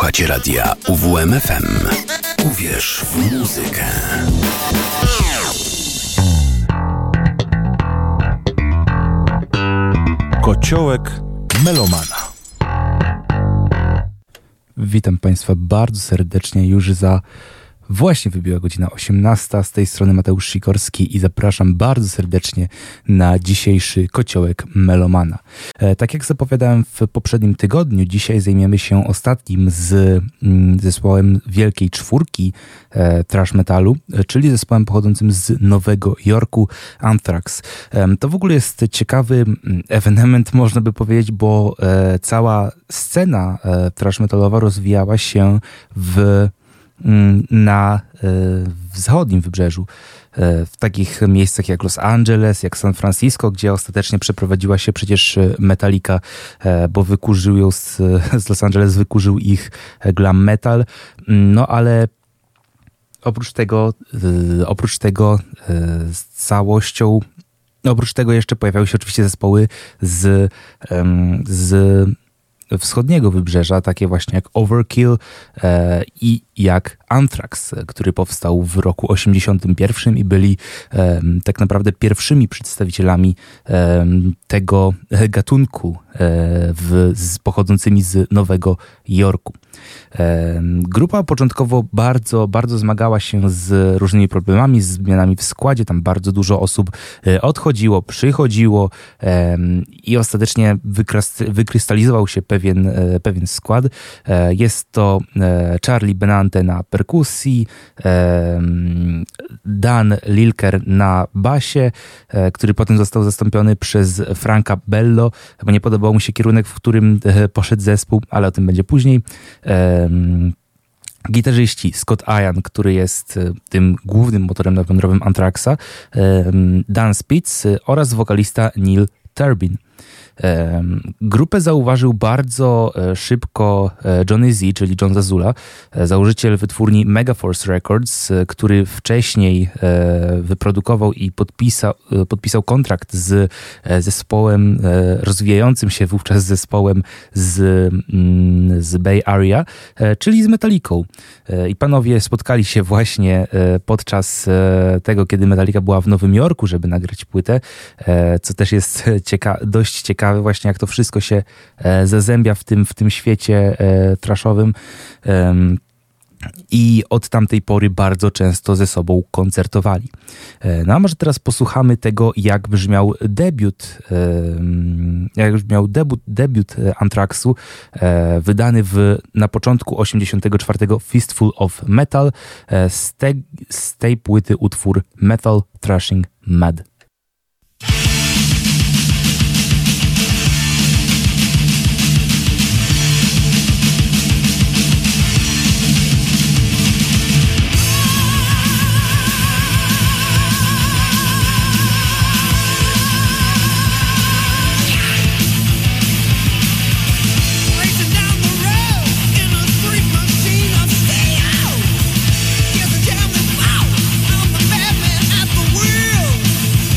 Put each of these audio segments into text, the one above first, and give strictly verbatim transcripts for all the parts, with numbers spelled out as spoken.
Słuchacie radia U W M F M. Uwierz w muzykę. Kociołek melomana. Witam Państwa bardzo serdecznie już za... Właśnie wybiła godzina osiemnasta, z tej strony Mateusz Sikorski i zapraszam bardzo serdecznie na dzisiejszy Kociołek Melomana. E, tak jak zapowiadałem w poprzednim tygodniu, dzisiaj zajmiemy się ostatnim z mm, zespołem Wielkiej Czwórki e, thrash metalu, e, czyli zespołem pochodzącym z Nowego Jorku, Anthrax. E, to w ogóle jest ciekawy ewenement, można by powiedzieć, bo e, cała scena e, thrash metalowa rozwijała się w na wschodnim wybrzeżu, w takich miejscach jak Los Angeles, jak San Francisco, gdzie ostatecznie przeprowadziła się przecież Metallica, bo wykurzył ją z, z Los Angeles, wykurzył ich glam metal, no ale oprócz tego, oprócz tego z całością, oprócz tego jeszcze pojawiały się oczywiście zespoły z, z wschodniego wybrzeża, takie właśnie jak Overkill e, i jak Anthrax, który powstał w roku osiemdziesiątym pierwszym i byli e, tak naprawdę pierwszymi przedstawicielami e, tego gatunku e, w, z, pochodzącymi z Nowego Jorku. E, grupa początkowo bardzo, bardzo zmagała się z różnymi problemami, z zmianami w składzie. Tam bardzo dużo osób e, odchodziło, przychodziło e, i ostatecznie wykras- wykrystalizował się pewien, e, pewien skład. E, jest to e, Charlie Benante na perkusji, e, Dan Lilker na basie, e, który potem został zastąpiony przez Franka Bello, bo nie podobał mu się kierunek, w którym e, poszedł zespół, ale o tym będzie później. E, Gitarzyści Scott Ian, który jest tym głównym motorem napędowym Anthraxa, Dan Spitz oraz wokalista Neil Turbin. Grupę zauważył bardzo szybko Johnny Z, czyli John Zazula, założyciel wytwórni Megaforce Records, który wcześniej wyprodukował i podpisał, podpisał kontrakt z zespołem, rozwijającym się wówczas zespołem z, z Bay Area, czyli z Metallicą. I panowie spotkali się właśnie podczas tego, kiedy Metallica była w Nowym Jorku, żeby nagrać płytę, co też jest cieka- dość ciekawe, właśnie jak to wszystko się e, zazębia w tym, w tym świecie e, trashowym e, i od tamtej pory bardzo często ze sobą koncertowali. E, no a może teraz posłuchamy tego, jak brzmiał debiut e, jak brzmiał debiut, debiut Anthraxu e, wydany w, na początku osiemdziesiątego czwartego Fistful of Metal, e, z, te, z tej płyty utwór Metal Thrashing Mad. Wheel.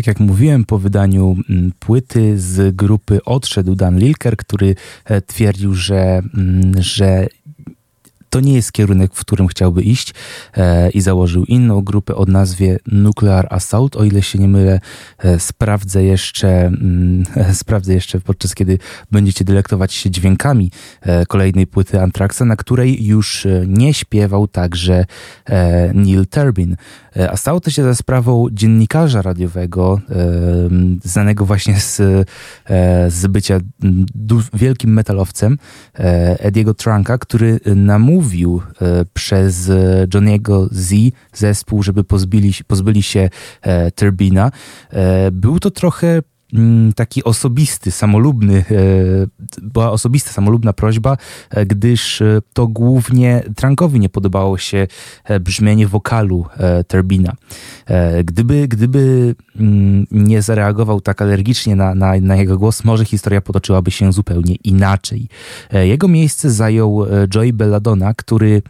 tak jak mówiłem, po wydaniu płyty z grupy odszedł Dan Lilker, który twierdził, że, że to nie jest kierunek, w którym chciałby iść e, i założył inną grupę o nazwie Nuclear Assault. O ile się nie mylę, e, sprawdzę jeszcze mm, sprawdzę jeszcze podczas kiedy będziecie delektować się dźwiękami e, kolejnej płyty Anthraxa, na której już e, nie śpiewał także e, Neil Turbin. E, a stało to się za sprawą dziennikarza radiowego, e, znanego właśnie z, e, z bycia du- wielkim metalowcem, e, Ediego Trunka, który namówił Mówił e, przez Johnny'ego Z zespół, żeby pozbyli, pozbyli się e, Turbina. E, był to trochę m, taki osobisty, samolubny, e, była osobista, samolubna prośba, e, gdyż e, to głównie Trunkowi nie podobało się e, brzmienie wokalu e, Turbina. E, gdyby gdyby m, nie zareagował tak alergicznie na, na, na jego głos, może historia potoczyłaby się zupełnie inaczej. E, jego miejsce zajął e, Joey Belladonna, który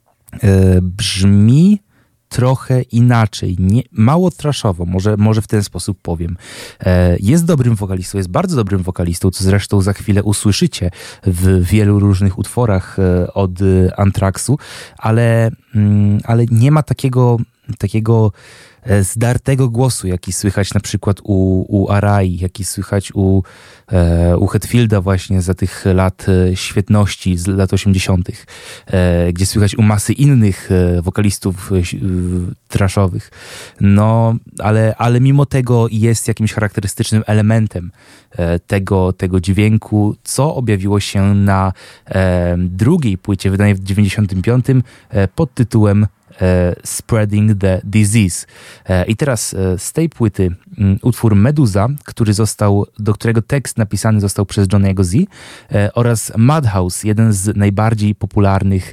e, brzmi trochę inaczej, nie, mało trashowo, może, może w ten sposób powiem. E, jest dobrym wokalistą, jest bardzo dobrym wokalistą, co zresztą za chwilę usłyszycie w wielu różnych utworach e, od Anthraxu, ale, mm, ale nie ma takiego, takiego zdartego głosu, jaki słychać na przykład u, u Arai, jaki słychać u, e, u Hetfielda właśnie za tych lat e, świetności, z lat osiemdziesiątych, e, gdzie słychać u masy innych e, wokalistów e, trashowych. No, ale, ale mimo tego jest jakimś charakterystycznym elementem e, tego, tego dźwięku, co objawiło się na e, drugiej płycie wydanej w dziewięćdziesiątym piątym e, pod tytułem Spreading the Disease. I teraz z tej płyty utwór Meduza, który został, do którego tekst napisany został przez Johnny'ego Z, oraz Madhouse, jeden z najbardziej popularnych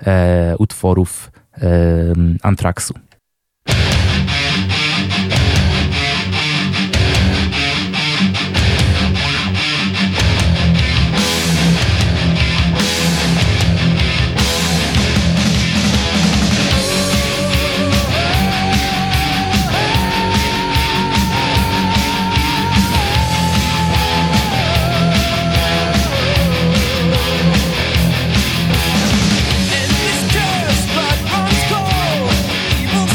utworów Anthraxu. This curse blood runs cold. Evil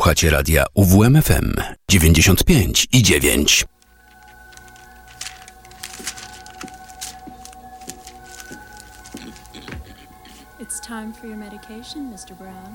Słuchacie radia U W M F M dziewięćdziesiąt pięć i dziewięć. It's time for your medication, mister Brown.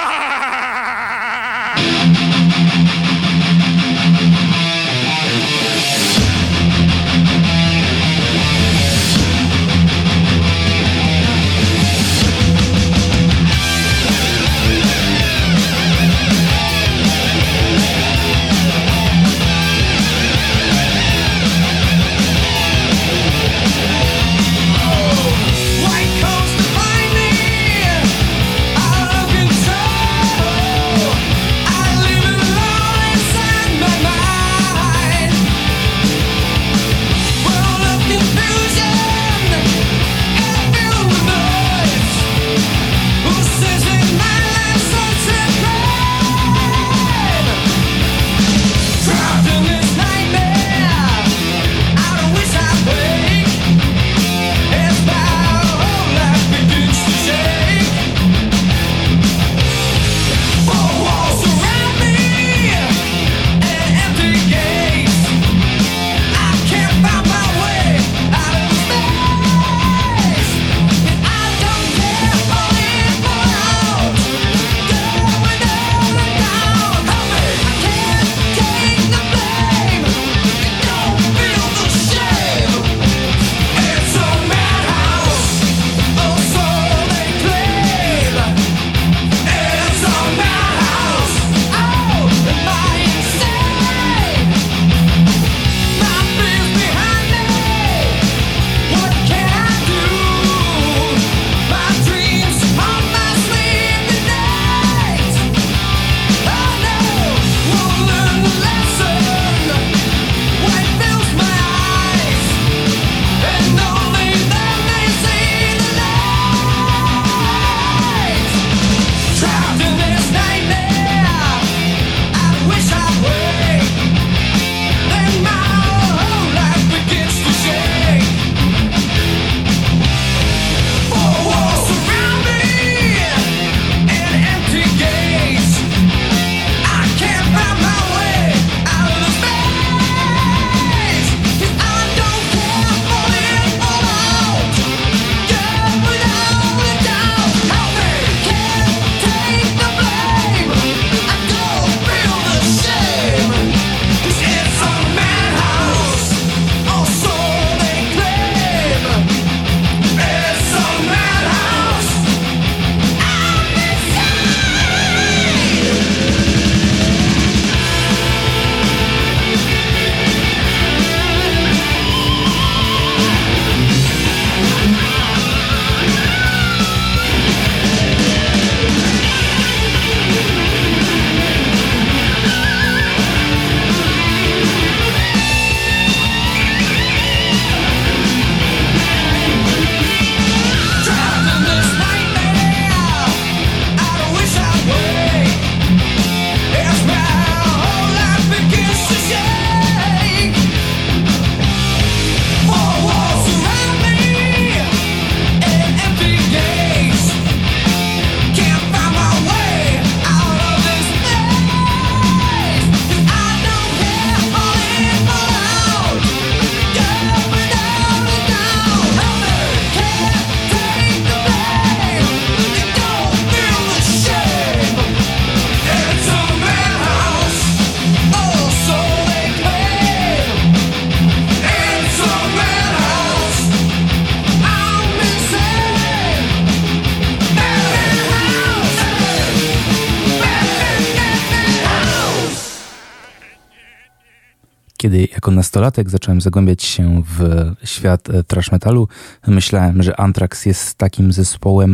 Kiedy jako nastolatek zacząłem zagłębiać się w świat thrash metalu, myślałem, że Anthrax jest takim zespołem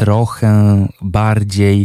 trochę bardziej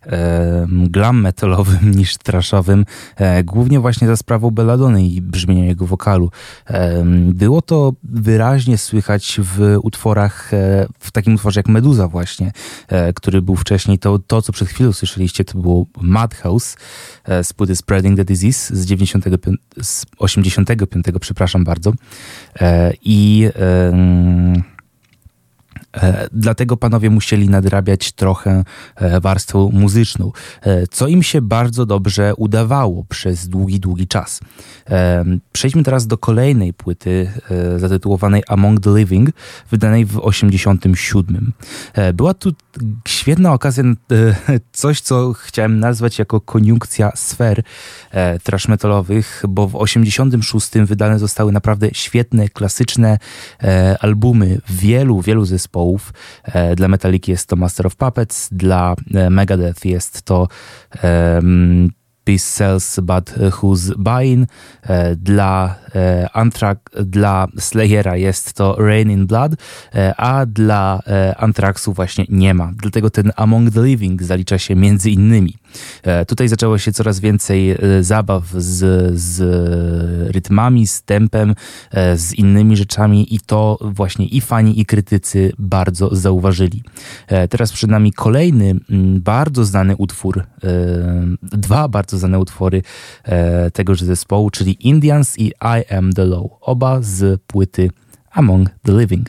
e, glam metalowym niż trashowym, e, głównie właśnie za sprawą belladony i brzmienia jego wokalu. E, było to wyraźnie słychać w utworach, e, w takim utworze jak Meduza właśnie, e, który był wcześniej. To, to, co przed chwilą słyszeliście, to było Madhouse e, z płyty Spreading the Disease z, dziewięćdziesiątego piątego, z osiemdziesiątego piątego, przepraszam bardzo. E, I e, Dlatego panowie musieli nadrabiać trochę warstwę muzyczną, co im się bardzo dobrze udawało przez długi, długi czas. Przejdźmy teraz do kolejnej płyty zatytułowanej Among the Living, wydanej w osiemdziesiątym siódmym. Była tu świetna okazja na coś, co chciałem nazwać jako koniunkcja sfer thrash metalowych, bo w osiemdziesiątym szóstym wydane zostały naprawdę świetne, klasyczne albumy wielu, wielu zespołów. Dla Metaliki jest to Master of Puppets, dla Megadeth jest to um, Peace Sells But Who's Buying, dla Anthrax, dla Slayera jest to Rain in Blood, a dla Anthraxu właśnie nie ma. Dlatego ten Among the Living zalicza się między innymi. Tutaj zaczęło się coraz więcej zabaw z, z rytmami, z tempem, z innymi rzeczami i to właśnie i fani, i krytycy bardzo zauważyli. Teraz przed nami kolejny bardzo znany utwór, dwa bardzo znane utwory tegoż zespołu, czyli Indians i I Am The Law. Oba z płyty Among the Living.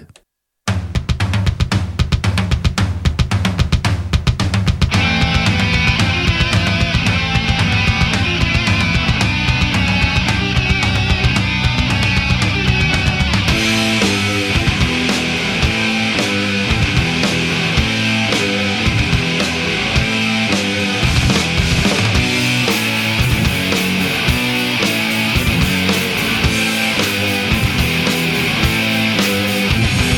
We'll be right back.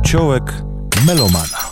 Kociołek melomana.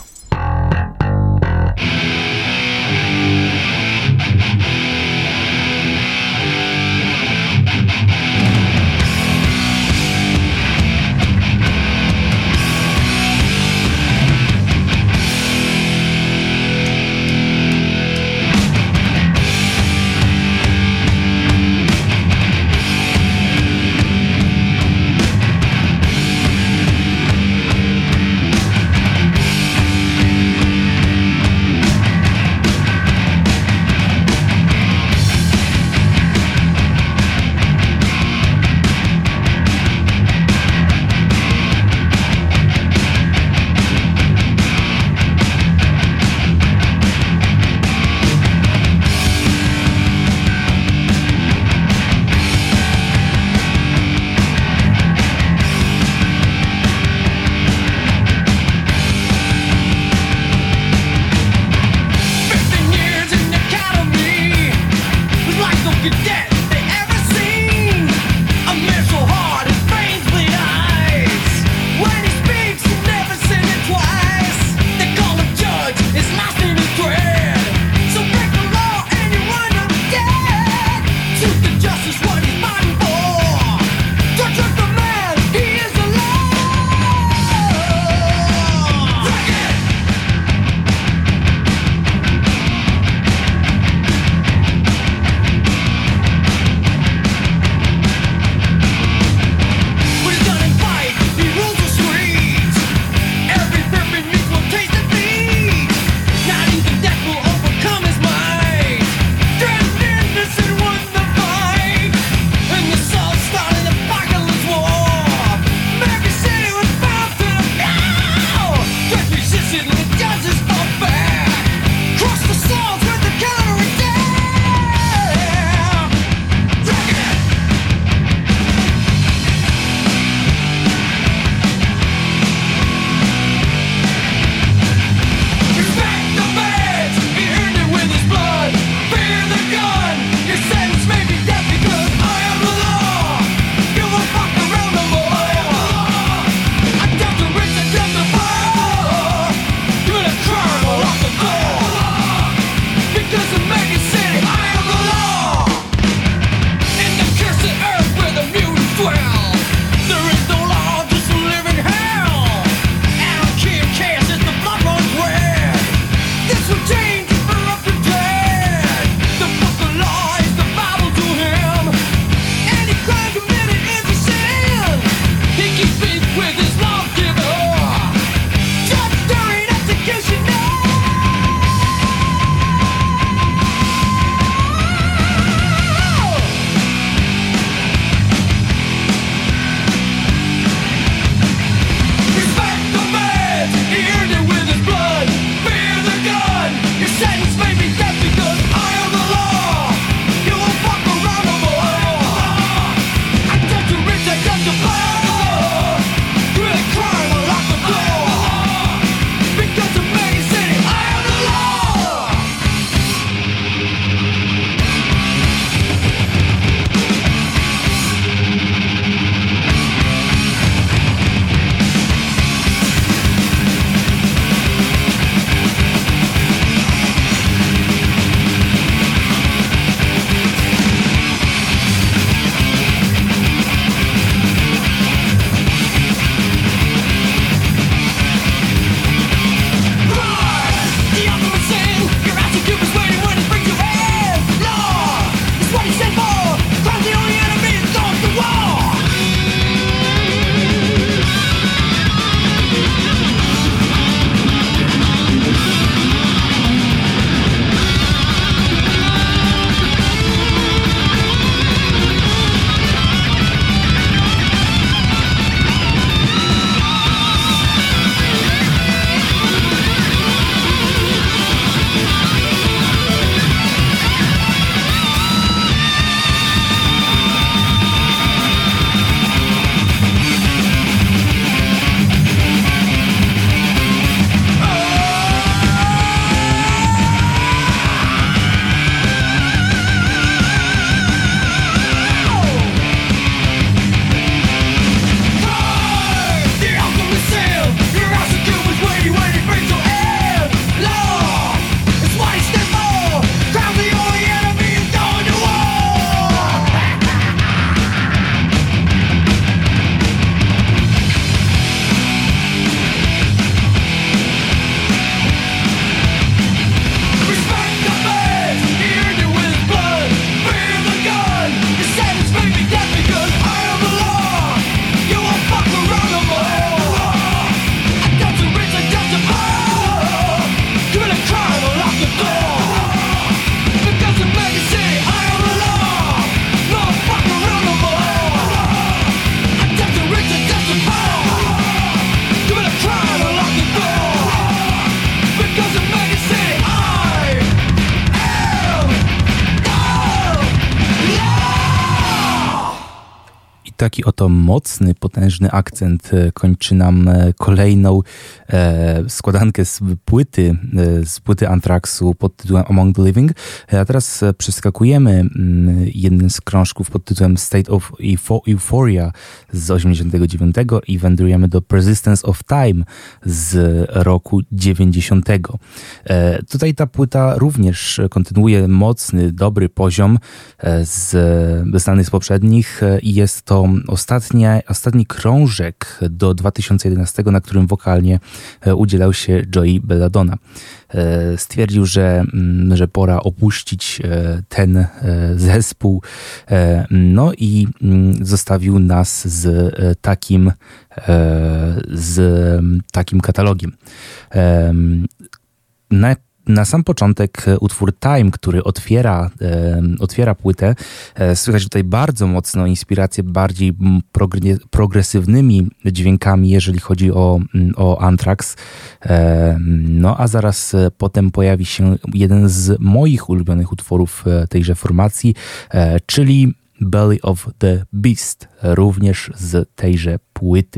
taki oto mocny, potężny akcent kończy nam kolejną e, składankę z płyty, e, z płyty Anthraxu pod tytułem Among the Living. A teraz przeskakujemy m, jeden z krążków pod tytułem State of Euphoria z osiemdziesiątego dziewiątego i wędrujemy do Persistence of Time z roku dziewięćdziesiątego. E, tutaj ta płyta również kontynuuje mocny, dobry poziom e, z, znany z poprzednich e, i jest to ostatnia, ostatni krążek do dwa tysiące jedenastego, na którym wokalnie e, udzielał się Joey Belladonna. E, stwierdził, że, m, że pora opuścić e, ten e, zespół, e, no i m, zostawił nas z e, takim z takim katalogiem. Na, na sam początek utwór Time, który otwiera, otwiera płytę. Słychać tutaj bardzo mocno inspirację bardziej progresywnymi dźwiękami, jeżeli chodzi o, o Anthrax. No a zaraz potem pojawi się jeden z moich ulubionych utworów tejże formacji, czyli Belly of the Beast, również z tejże płyty.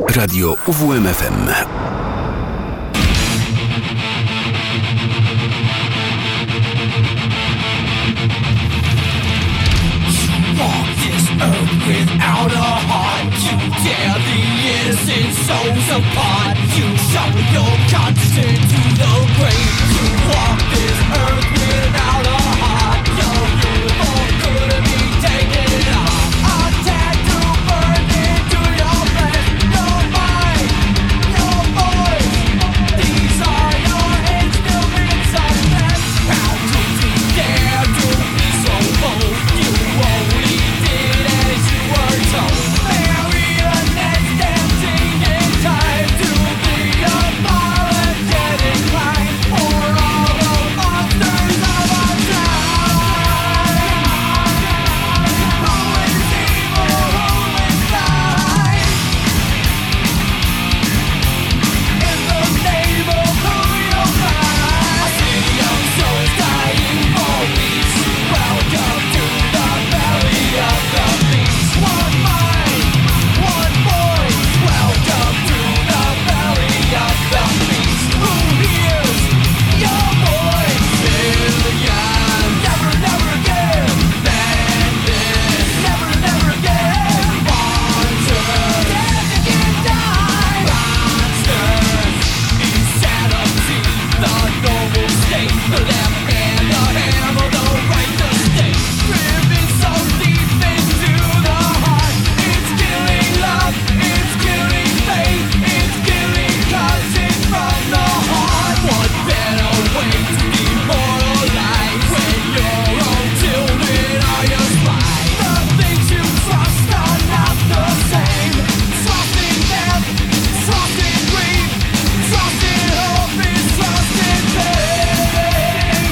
Radio U W M F M. Without a heart, you tear the innocent souls apart. You shovel your conscience into the grave. You walk this earth without a heart. Your uniform couldn't be taken off. A tattoo burned into your flesh. Your mind, your voice. These are your instruments of death. How could you dare to be so bold? You only did as you were told. Marionettes dancing in time to the apologetic line for all the monsters of our time. Who is evil? Who is kind? In the name of who you'll find. A city of souls dying for peace. Welcome to the belly of the beast. One mind, one voice. Welcome to the belly of the beast. Who hears your voice? Million. Never, never again. Than this. Never, never again. Monsters. Dead again, die. Monsters. Insanity. The normal state. The left hand, the hammer, the right, the state. Driven so deep into the heart. It's killing love. It's killing faith. It's killing cause it's from the heart. What better way to demoralize when your own children are your spies? The things you trust are not the same. Trust in death, trust in grief, trust in hope, is trust in pain.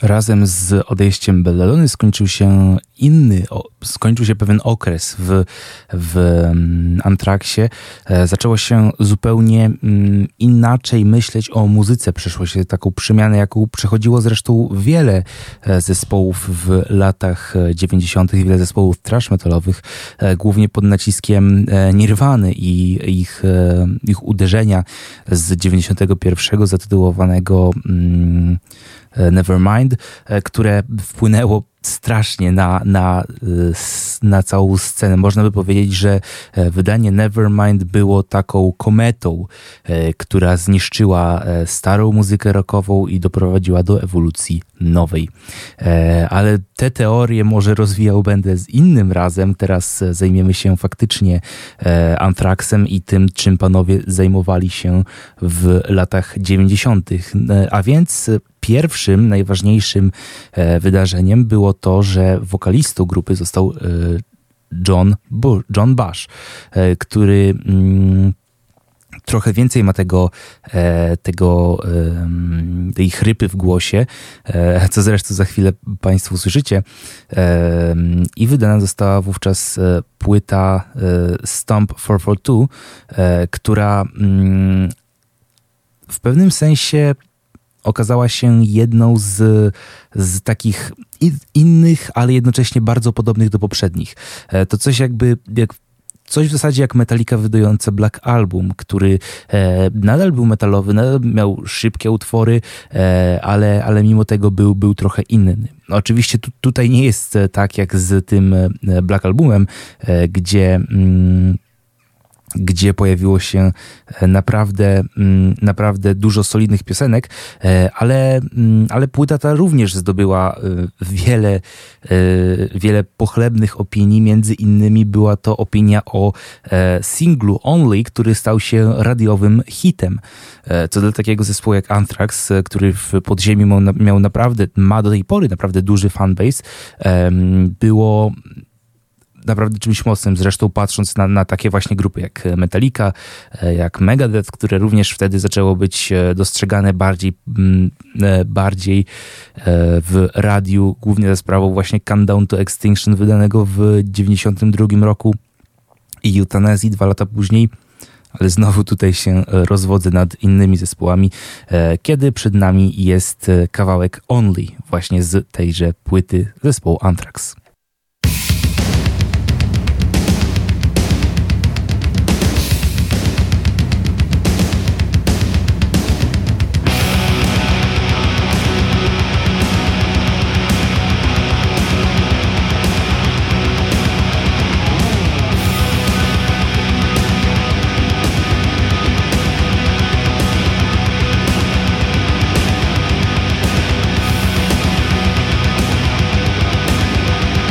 Razem z odejściem Belladony skończył się inny, o, skończył się pewien okres w, w Anthraxie. E, zaczęło się zupełnie mm, inaczej myśleć o muzyce. Przeszło się taką przemianę, jaką przechodziło zresztą wiele e, zespołów w latach dziewięćdziesiątych, wiele zespołów thrash metalowych, e, głównie pod naciskiem e, Nirwany i ich, e, ich uderzenia z dziewięćdziesiątego pierwszego zatytułowanego mm, Nevermind, które wpłynęło strasznie na, na, na całą scenę. Można by powiedzieć, że wydanie Nevermind było taką kometą, która zniszczyła starą muzykę rockową i doprowadziła do ewolucji nowej. Ale te teorie może rozwijał będę z innym razem. Teraz zajmiemy się faktycznie Anthraxem i tym, czym panowie zajmowali się w latach dziewięćdziesiątych. A więc pierwszym, najważniejszym wydarzeniem było to, że wokalistą grupy został John, Bu- John Bush, który mm, trochę więcej ma tego, tego tej chrypy w głosie, co zresztą za chwilę państwo usłyszycie. I wydana została wówczas płyta Stomp czterysta czterdzieści dwa, która w pewnym sensie okazała się jedną z, z takich innych, ale jednocześnie bardzo podobnych do poprzednich. To coś jakby, jak, coś w zasadzie jak Metallica wydające Black Album, który e, nadal był metalowy, nadal miał szybkie utwory, e, ale, ale mimo tego był, był trochę inny. Oczywiście tu, tutaj nie jest tak jak z tym Black Albumem, e, gdzie... Mm, gdzie pojawiło się naprawdę, naprawdę dużo solidnych piosenek, ale, ale płyta ta również zdobyła wiele, wiele pochlebnych opinii. Między innymi była to opinia o singlu Only, który stał się radiowym hitem. Co dla takiego zespołu jak Anthrax, który w podziemi miał, miał naprawdę, ma do tej pory naprawdę duży fanbase, było naprawdę czymś mocnym, zresztą patrząc na, na takie właśnie grupy jak Metallica, jak Megadeth, które również wtedy zaczęło być dostrzegane bardziej, bardziej w radiu, głównie za sprawą właśnie Countdown to Extinction wydanego w dziewięćdziesiątym drugim roku i Euthanasia dwa lata później. Ale znowu tutaj się rozwodzę nad innymi zespołami, kiedy przed nami jest kawałek Only właśnie z tejże płyty zespołu Anthrax. We'll be right back.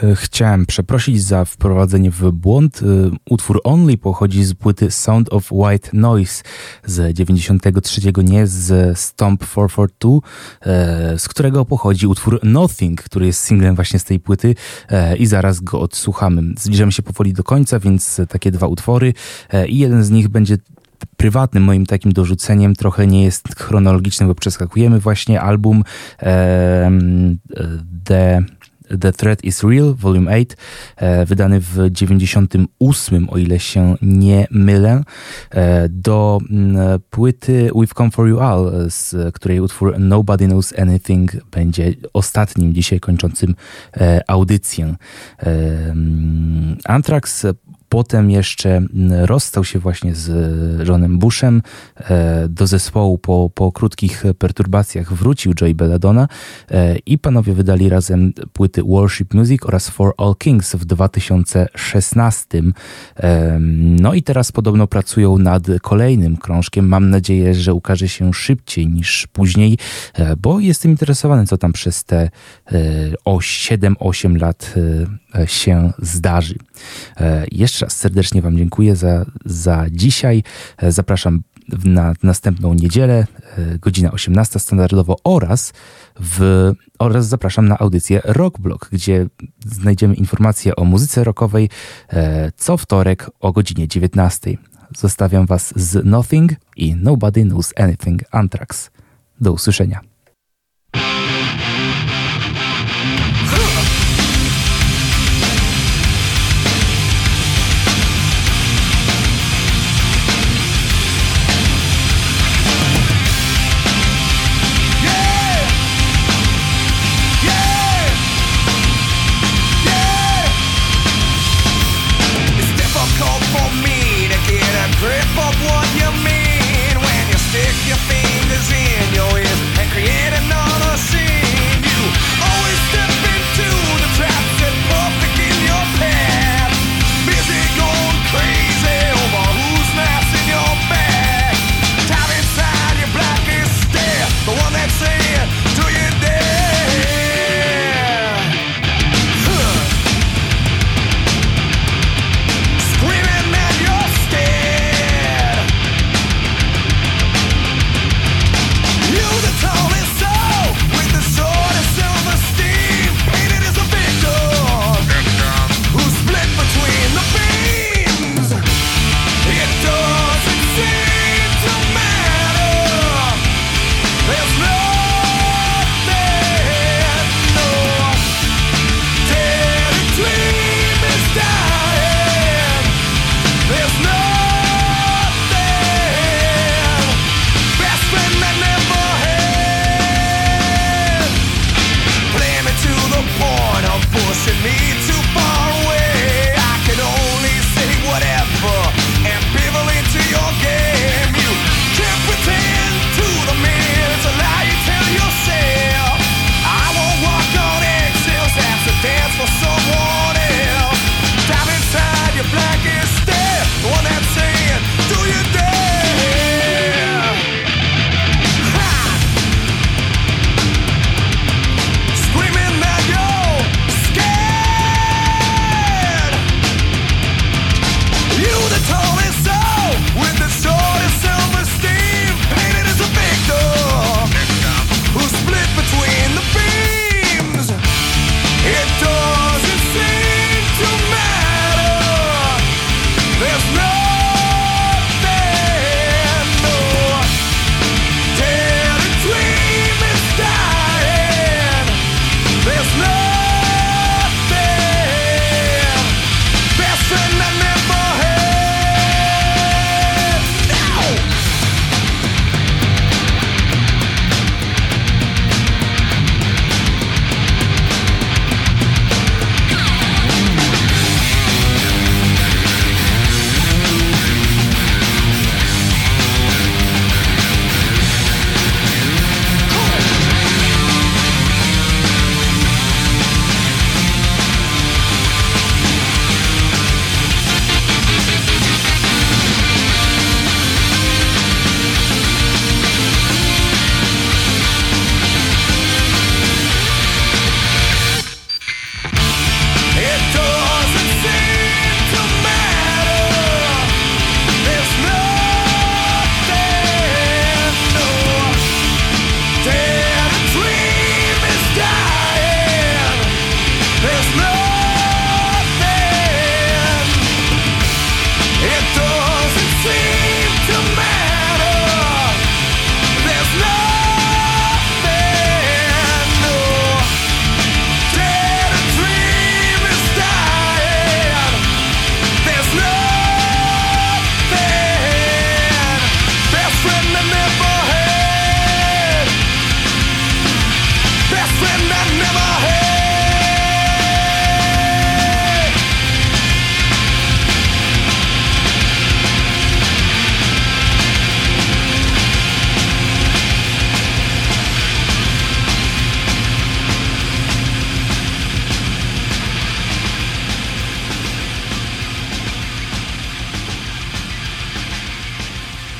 chciałem przeprosić za wprowadzenie w błąd. Utwór Only pochodzi z płyty Sound of White Noise z dziewięćdziesiątego trzeciego, nie z Stomp czterysta czterdzieści dwa, z którego pochodzi utwór Nothing, który jest singlem właśnie z tej płyty i zaraz go odsłuchamy. Zbliżamy się powoli do końca, więc takie dwa utwory i jeden z nich będzie prywatnym moim takim dorzuceniem, trochę nie jest chronologicznym, bo przeskakujemy właśnie album e, The The Threat is Real, Volume osiem, e, wydany w dziewięćdziesiątym ósmym, o ile się nie mylę, e, do m, płyty We've Come For You All, z której utwór Nobody Knows Anything będzie ostatnim dzisiaj kończącym e, audycję. E, Anthrax potem jeszcze rozstał się właśnie z Johnem Bushem. Do zespołu po, po krótkich perturbacjach wrócił Joey Belladonna i panowie wydali razem płyty Worship Music oraz For All Kings w dwa tysiące szesnastym. No i teraz podobno pracują nad kolejnym krążkiem. Mam nadzieję, że ukaże się szybciej niż później, bo jestem interesowany, co tam przez te o siedem osiem lat się zdarzy. Jeszcze raz serdecznie wam dziękuję za, za dzisiaj. Zapraszam na następną niedzielę, godzina osiemnasta standardowo oraz, w, oraz zapraszam na audycję Rock Block, gdzie znajdziemy informacje o muzyce rockowej co wtorek o godzinie dziewiętnastej. Zostawiam was z Nothing i Nobody Knows Anything, Anthrax. Do usłyszenia. Grip of what you mean when you stick your fingers in your ears and create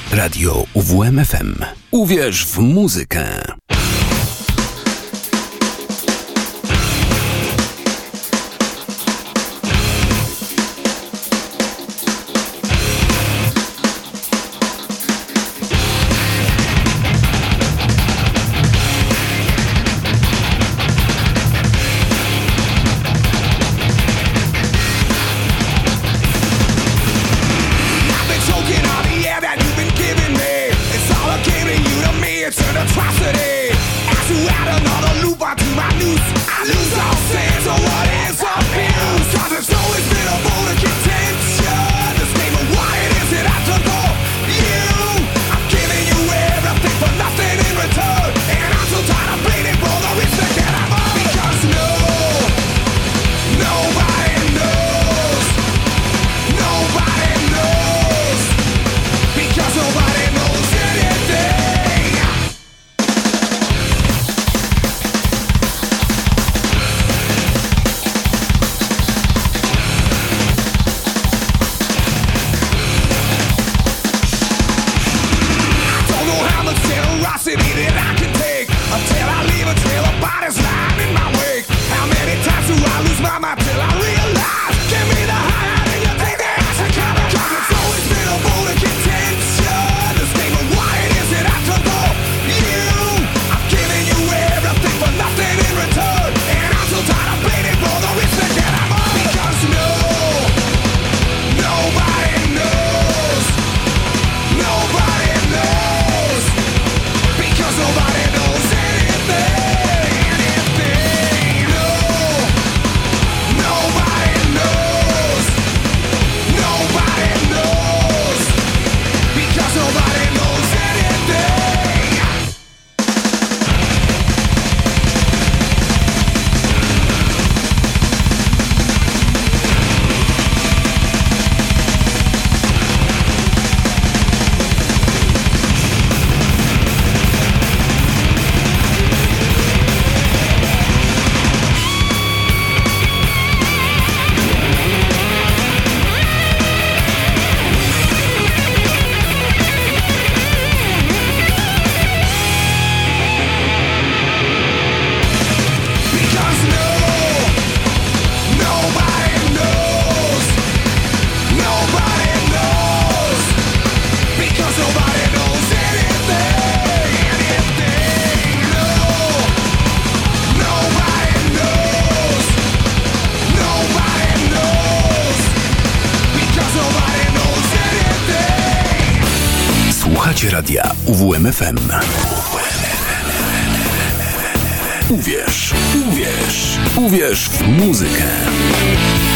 Radio U W M F M. Uwierz w muzykę. Radia U W M F M. Uwierz, uwierz, uwierz w muzykę.